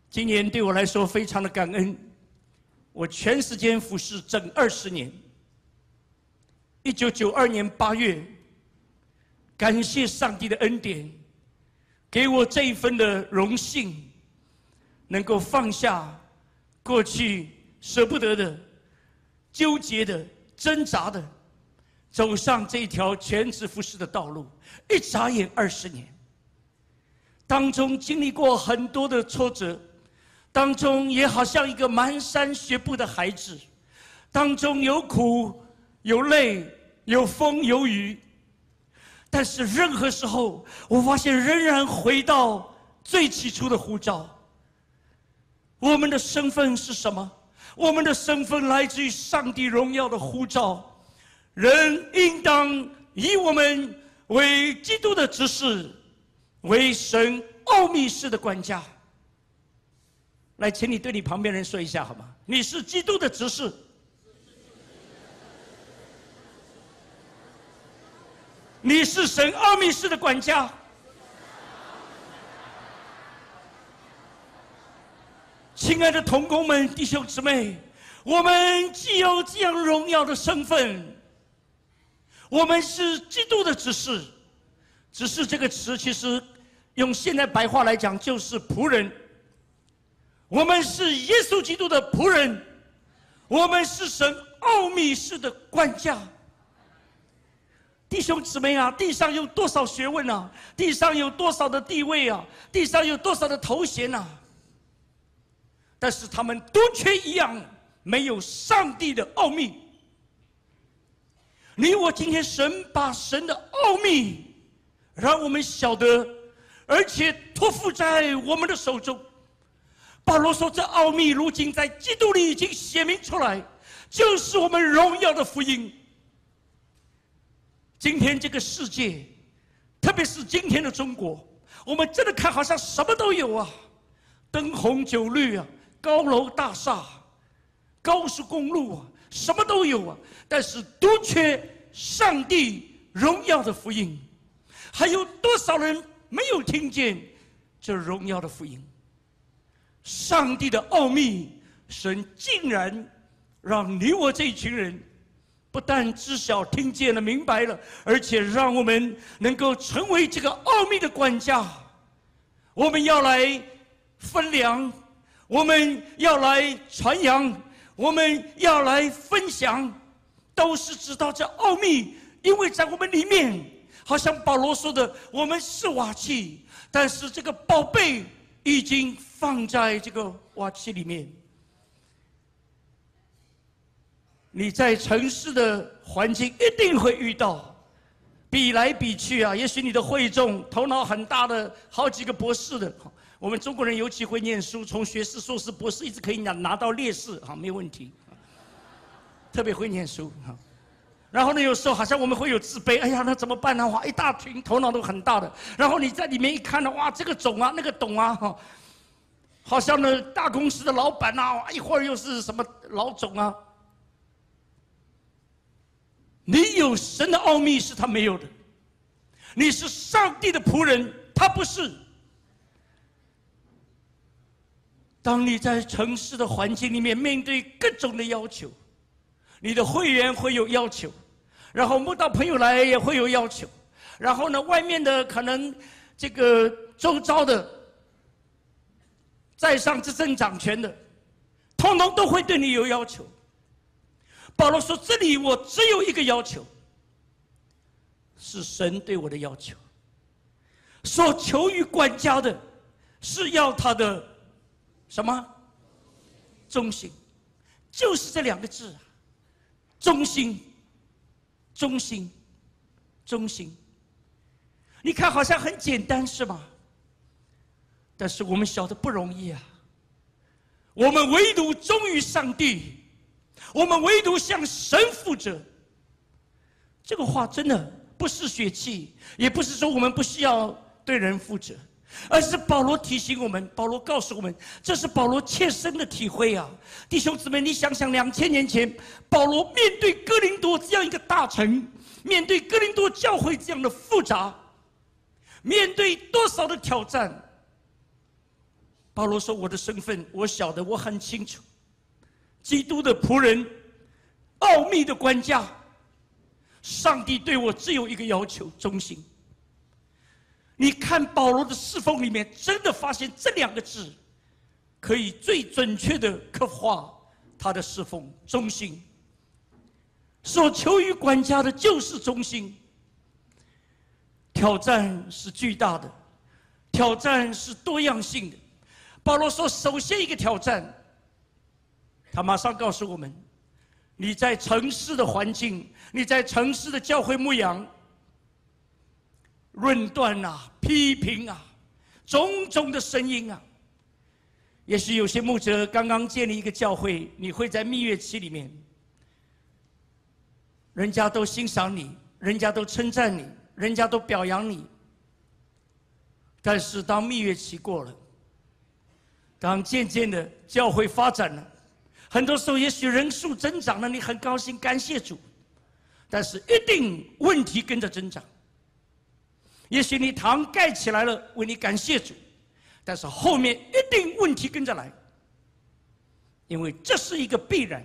今年对我来说非常的感恩，我全时间服侍整20年。1992年8月，感谢上帝的恩典，给我这一份的荣幸，能够放下过去舍不得的、纠结的、挣扎的，走上这一条全职服侍的道路。一眨眼20年，当中经历过很多的挫折，当中也好像一个蹒跚学步的孩子，当中有苦有泪有风有雨，但是任何时候我发现仍然回到最起初的呼召。我们的身份是什么？我们的身份来自于上帝荣耀的呼召。人应当以我们为基督的执事，为神奥秘式的管家。来，请你对你旁边人说一下好吗？你是基督的执事，你是神奥秘式的管家。亲爱的同工们、弟兄姊妹，我们既有这样荣耀的身份，我们是基督的执事。执事这个词，其实用现代白话来讲，就是仆人。我们是耶稣基督的仆人，我们是神奥秘式的管家。弟兄姊妹啊，地上有多少学问啊，地上有多少的地位啊，地上有多少的头衔啊，但是他们都缺一样，没有上帝的奥秘。你我今天神把神的奥秘让我们晓得，而且托付在我们的手中。保罗说，这奥秘如今在基督里已经显明出来，就是我们荣耀的福音。今天这个世界，特别是今天的中国，我们真的看好像什么都有啊，灯红酒绿啊，高楼大厦、高速公路啊，什么都有啊，但是都缺上帝荣耀的福音。还有多少人没有听见这荣耀的福音？上帝的奥秘，神竟然让你我这一群人不但知晓、听见了、明白了，而且让我们能够成为这个奥秘的管家。我们要来分粮，我们要来传扬，我们要来分享，都是知道这奥秘。因为在我们里面，好像保罗说的，我们是瓦器，但是这个宝贝已经放在这个瓦器里面。你在城市的环境一定会遇到比来比去啊，也许你的会众头脑很大的，好几个博士的。我们中国人尤其会念书，从学士、硕士、博士一直可以拿到烈士，没有问题，特别会念书。然后呢，有时候好像我们会有自卑，哎呀，那怎么办呢？哇，一大群头脑都很大的，然后你在里面一看呢，哇，这个懂啊，那个懂啊，好像呢大公司的老板啊，一会儿又是什么老总啊。你有神的奥秘是他没有的，你是上帝的仆人，他不是。当你在城市的环境里面面对各种的要求，你的会员会有要求，然后慕道朋友来也会有要求，然后呢，外面的可能这个周遭的在上执政掌权的，通通都会对你有要求。保罗说，这里我只有一个要求，是神对我的要求。所求于管家的，是要他的什么？忠心，就是这两个字啊，忠心，忠心，忠心。你看好像很简单是吗？但是我们晓得不容易啊。我们唯独忠于上帝，我们唯独向神负责。这个话真的不是血气，也不是说我们不需要对人负责，而是保罗提醒我们，保罗告诉我们，这是保罗切身的体会啊！弟兄姊妹，你想想，2000年前，保罗面对哥林多这样一个大城，面对哥林多教会这样的复杂，面对多少的挑战， 保罗说：“我的身份，我晓得，我很清楚。基督的仆人，奥秘的管家。上帝对我只有一个要求：忠心。”你看保罗的侍奉里面，真的发现这2个字，可以最准确的刻画他的侍奉：忠心。所求于管家的就是忠心。挑战是巨大的，挑战是多样性的。保罗说，首先一个挑战，他马上告诉我们：你在城市的环境，你在城市的教会牧养，论断啊，批评啊，种种的声音啊。也许有些牧者刚刚建立一个教会，你会在蜜月期里面，人家都欣赏你，人家都称赞你，人家都表扬你。但是当蜜月期过了，当渐渐的教会发展了，很多时候也许人数增长了，你很高兴，感谢主，但是一定问题跟着增长。也许你堂盖起来了，为你感谢主，但是后面一定问题跟着来，因为这是一个必然。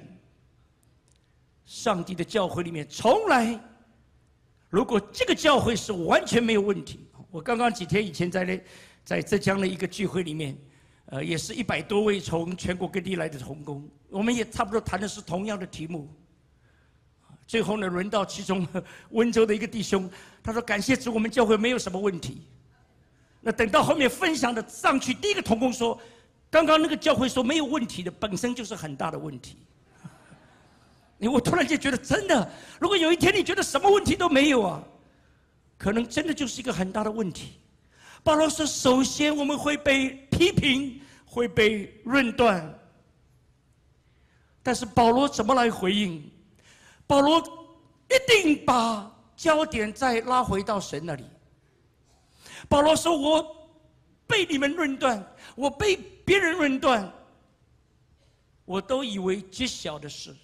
上帝的教会里面从来，如果这个教会是完全没有问题，我刚刚几天以前在浙江的一个聚会里面，也是100多位从全国各地来的同工，我们也差不多谈的是同样的题目。最后呢，轮到其中温州的一个弟兄，他说：“感谢主，我们教会没有什么问题。”那等到后面分享的上去，第一个同工说：“刚刚那个教会说没有问题的，本身就是很大的问题。”我突然间觉得，真的，如果有一天你觉得什么问题都没有啊，可能真的就是一个很大的问题。保罗说：“首先我们会被批评，会被论断。”但是保罗怎么来回应？保罗一定把焦点再拉回到神那里。保罗说：“我被你们论断，我被别人论断，我都以为极小的事，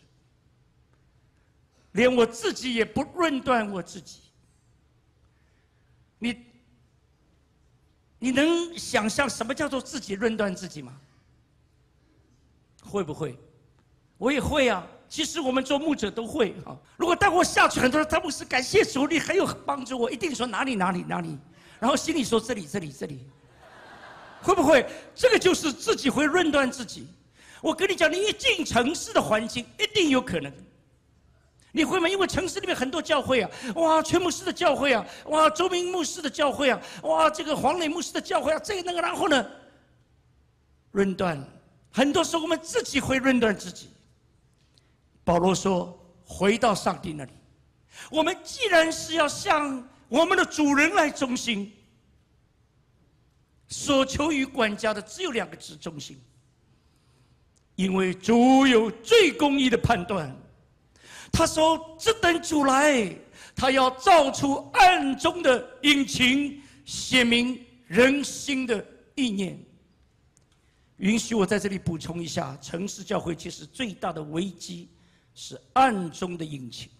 连我自己也不论断我自己。”你能想象什么叫做自己论断自己吗？会不会？我也会啊。其实我们做牧者都会啊。如果带我下去，很多人他牧师感谢主，你很有帮助，我一定说哪里，然后心里说这里，会不会？这个就是自己会论断自己。我跟你讲，你一进城市的环境，一定有可能。你会吗？因为城市里面很多教会啊，哇，全牧师的教会啊，哇，周明牧师的教会啊，哇，这个黄磊牧师的教会啊，这个那个，然后呢，论断。很多时候我们自己会论断自己。保罗说：“回到上帝那里，我们既然是要向我们的主人来忠心，所求于管家的只有2个字：忠心。因为主有最公义的判断。他说：这等主来，他要照出暗中的隐情，显明人心的意念。”允许我在这里补充一下，城市教会其实最大的危机是暗中的隐情。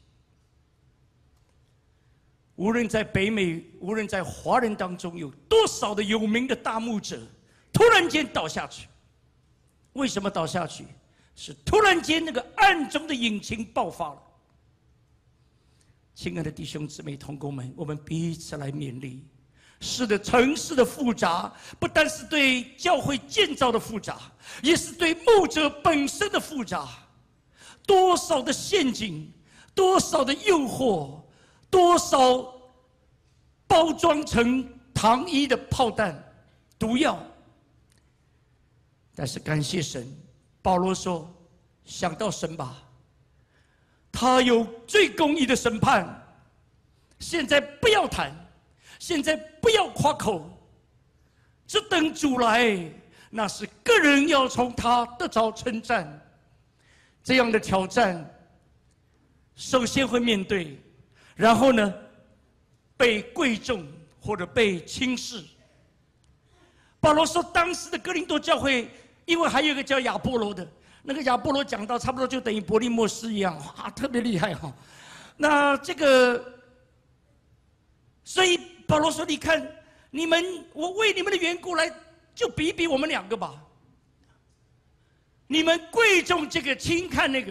无论在北美，无论在华人当中，有多少的有名的大牧者突然间倒下去？为什么倒下去？是突然间那个暗中的隐情爆发了。亲爱的弟兄姊妹同工们，我们彼此来勉励。是的，城市的复杂，不单是对教会建造的复杂，也是对牧者本身的复杂。多少的陷阱，多少的诱惑，多少包装成糖衣的炮弹、毒药。但是感谢神，保罗说：“想到神吧，他有最公义的审判。现在不要谈。”现在不要夸口，只等主来，那是个人要从他得着称赞。这样的挑战，首先会面对，然后呢，被贵重或者被轻视。保罗说，当时的哥林多教会，因为还有一个叫亚波罗的，那个亚波罗讲到差不多就等于伯利莫斯一样，哇，特别厉害哈。那这个，所以保罗说：“你看，我为你们的缘故来就比比我们两个吧。你们贵重这个，轻看那个。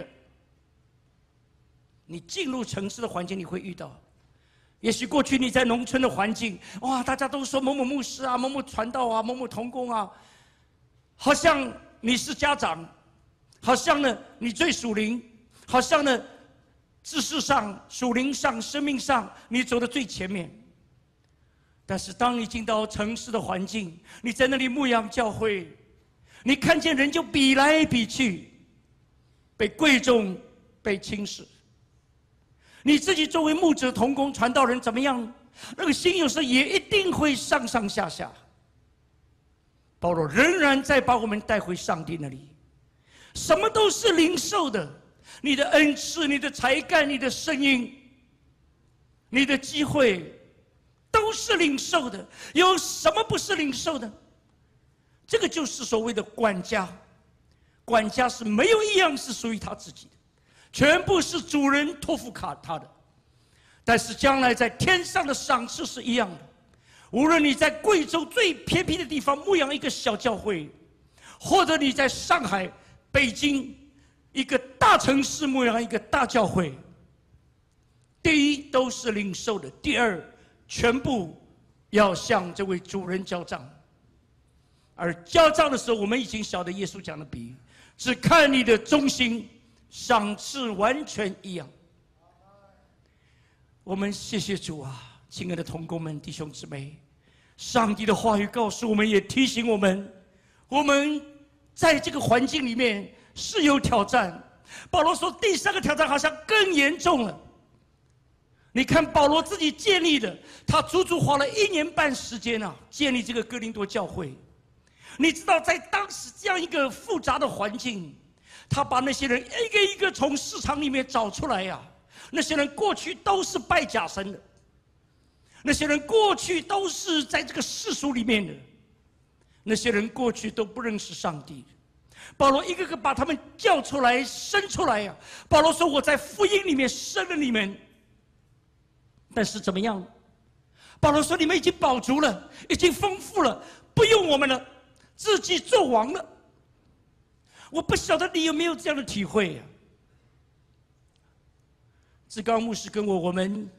你进入城市的环境，你会遇到。也许过去你在农村的环境，哇，大家都说某某牧师啊、某某传道啊、某某同工啊，好像你是家长，好像呢你最属灵，好像呢知识上、属灵上、生命上你走得最前面。但是当你进到城市的环境，你在那里牧养教会，你看见人就比来比去，被贵重、被轻视。你自己作为牧者、同工、传道人怎么样？那个心有时候也一定会上上下下。保罗仍然在把我们带回上帝那里，什么都是领受的，你的恩赐、你的才干、你的声音、你的机会，都是领受的。有什么不是领受的？这个就是所谓的管家。管家是没有一样是属于他自己的。全部是主人托付他的，但是将来在天上的赏赐是一样的。无论你在贵州最偏僻的地方牧养一个小教会，或者你在上海、北京一个大城市牧养一个大教会，第一都是领受的，第二全部要向这位主人交账。而交账的时候，我们已经晓得耶稣讲的比喻，只看你的忠心，赏赐完全一样。我们谢谢主啊，亲爱的同工们、弟兄姊妹，上帝的话语告诉我们，也提醒我们，我们在这个环境里面是有挑战。保罗说，第三个挑战好像更严重了。你看保罗自己建立的，他足足花了1年半时间啊，建立这个哥林多教会。你知道，在当时这样一个复杂的环境，他把那些人一个一个从市场里面找出来呀。那些人过去都是拜假神的，那些人过去都是在这个世俗里面的，那些人过去都不认识上帝。保罗一个个把他们叫出来、生出来呀。保罗说：“我在福音里面生了你们。”但是怎么样？保罗说：“你们已经饱足了，已经丰富了，不用我们了，自己做王了。”我不晓得你有没有这样的体会呀？志刚牧师跟我们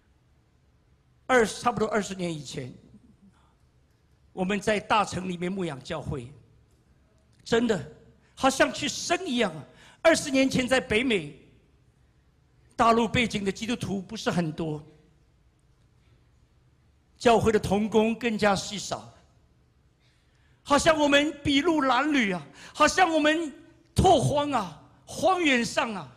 差不多20年以前，我们在大城里面牧养教会，真的好像去生一样啊。20年前在北美，大陆背景的基督徒不是很多，教会的同工更加稀少，好像我们筚路蓝缕啊，好像我们拓荒啊，荒原上啊。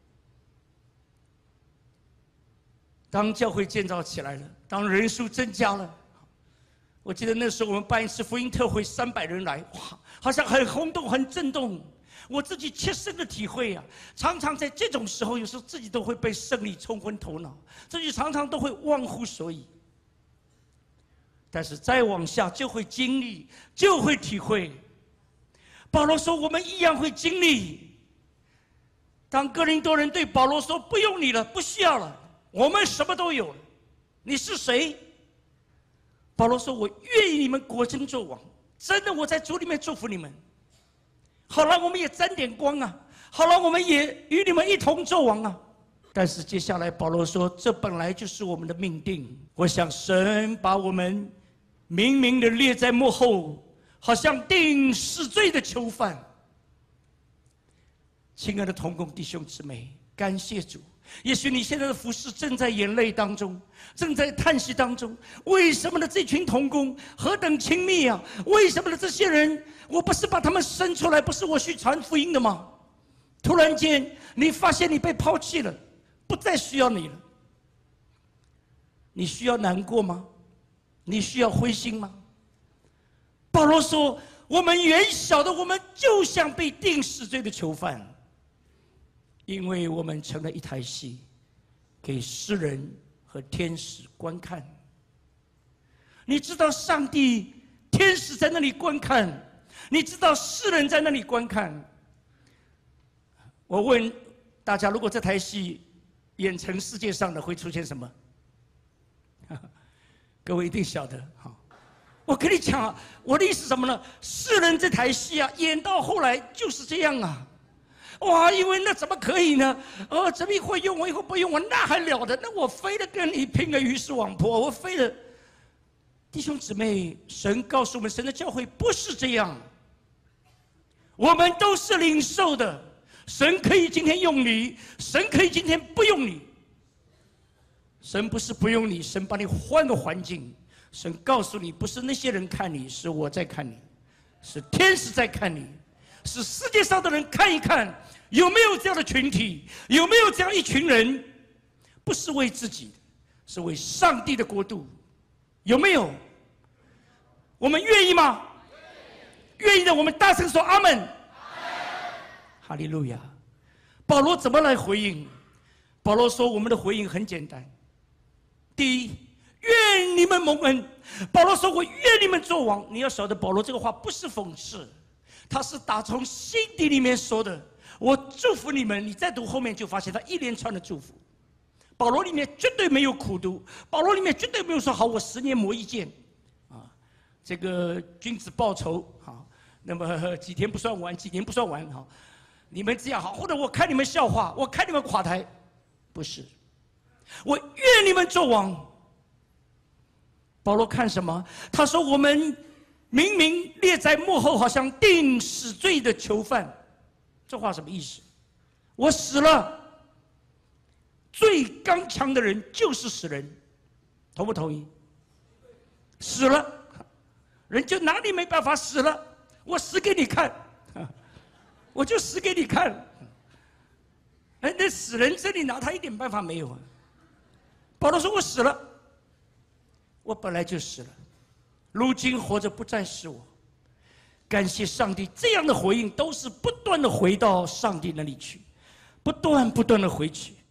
当教会建造起来了，当人数增加了，我记得那时候我们办一次福音特会，300人来，哇，好像很轰动、很震动。我自己切身的体会啊，常常在这种时候，有时候自己都会被胜利冲昏头脑，自己常常都会忘乎所以。但是再往下就会经历，就会体会。保罗说：“我们一样会经历。”当哥林多人对保罗说：“不用你了，不需要了。”我们什么都有了，你是谁？保罗说：“我愿意你们果真做王，真的，我在主里面祝福你们。好了，我们也沾点光啊，好了，我们也与你们一同做王啊。”但是接下来保罗说：“这本来就是我们的命定。我想神把我们明明的列在幕后，好像定死罪的囚犯。”亲爱的同工弟兄姊妹，感谢主。也许你现在的服事正在眼泪当中，正在叹息当中。为什么呢？这群同工何等亲密啊！为什么呢？这些人，我不是把他们生出来，不是我去传福音的吗？突然间，你发现你被抛弃了，不再需要你了。你需要难过吗？你需要灰心吗？保罗说：“我们原晓得，我们就像被定死罪的囚犯。”因为我们成了一台戏，给世人和天使观看。你知道上帝、天使在那里观看，你知道世人在那里观看。我问大家，如果这台戏演成世界上的，会出现什么？各位一定晓得， 我跟你讲啊，我的意思是什么呢？世人这台戏啊，演到后来就是这样啊。哇，因为那怎么可以呢？这边会用我，以后不用我，那还了得？那我非得跟你拼个鱼死网破，我非得。弟兄姊妹，神告诉我们，神的教会不是这样。我们都是领受的，神可以今天用你，神可以今天不用你。神不是不用你，神把你换个环境。神告诉你，不是那些人看你，是我在看你，是天使在看你，是世界上的人看一看，有没有这样的群体，有没有这样一群人，不是为自己的，是为上帝的国度，有没有？我们愿意吗？愿意的，我们大声说阿们。哈利路亚。保罗怎么来回应？保罗说，我们的回应很简单。第一，愿你们蒙恩。保罗说，我愿你们做王。你要晓得，保罗这个话不是讽刺，他是打从心底里面说的。我祝福你们。你再读后面就发现他一连串的祝福。保罗里面绝对没有苦读，保罗里面绝对没有说好我10年磨一剑，啊，这个君子报仇，好，那么几天不算完，几年不算完，好，你们这样好，或者我看你们笑话，我看你们垮台，不是，我愿你们做王。保罗看什么？他说我们明明列在幕后，好像定死罪的囚犯，这话什么意思？我死了。最刚强的人就是死人，同不同意？死了，人就拿你没办法，死了，我死给你看，我就死给你看。哎，那死人这里拿他一点办法没有啊。保罗说：“我死了，我本来就死了，如今活着不再是我。”感谢上帝，这样的回应都是不断的回到上帝那里去，不断的回去。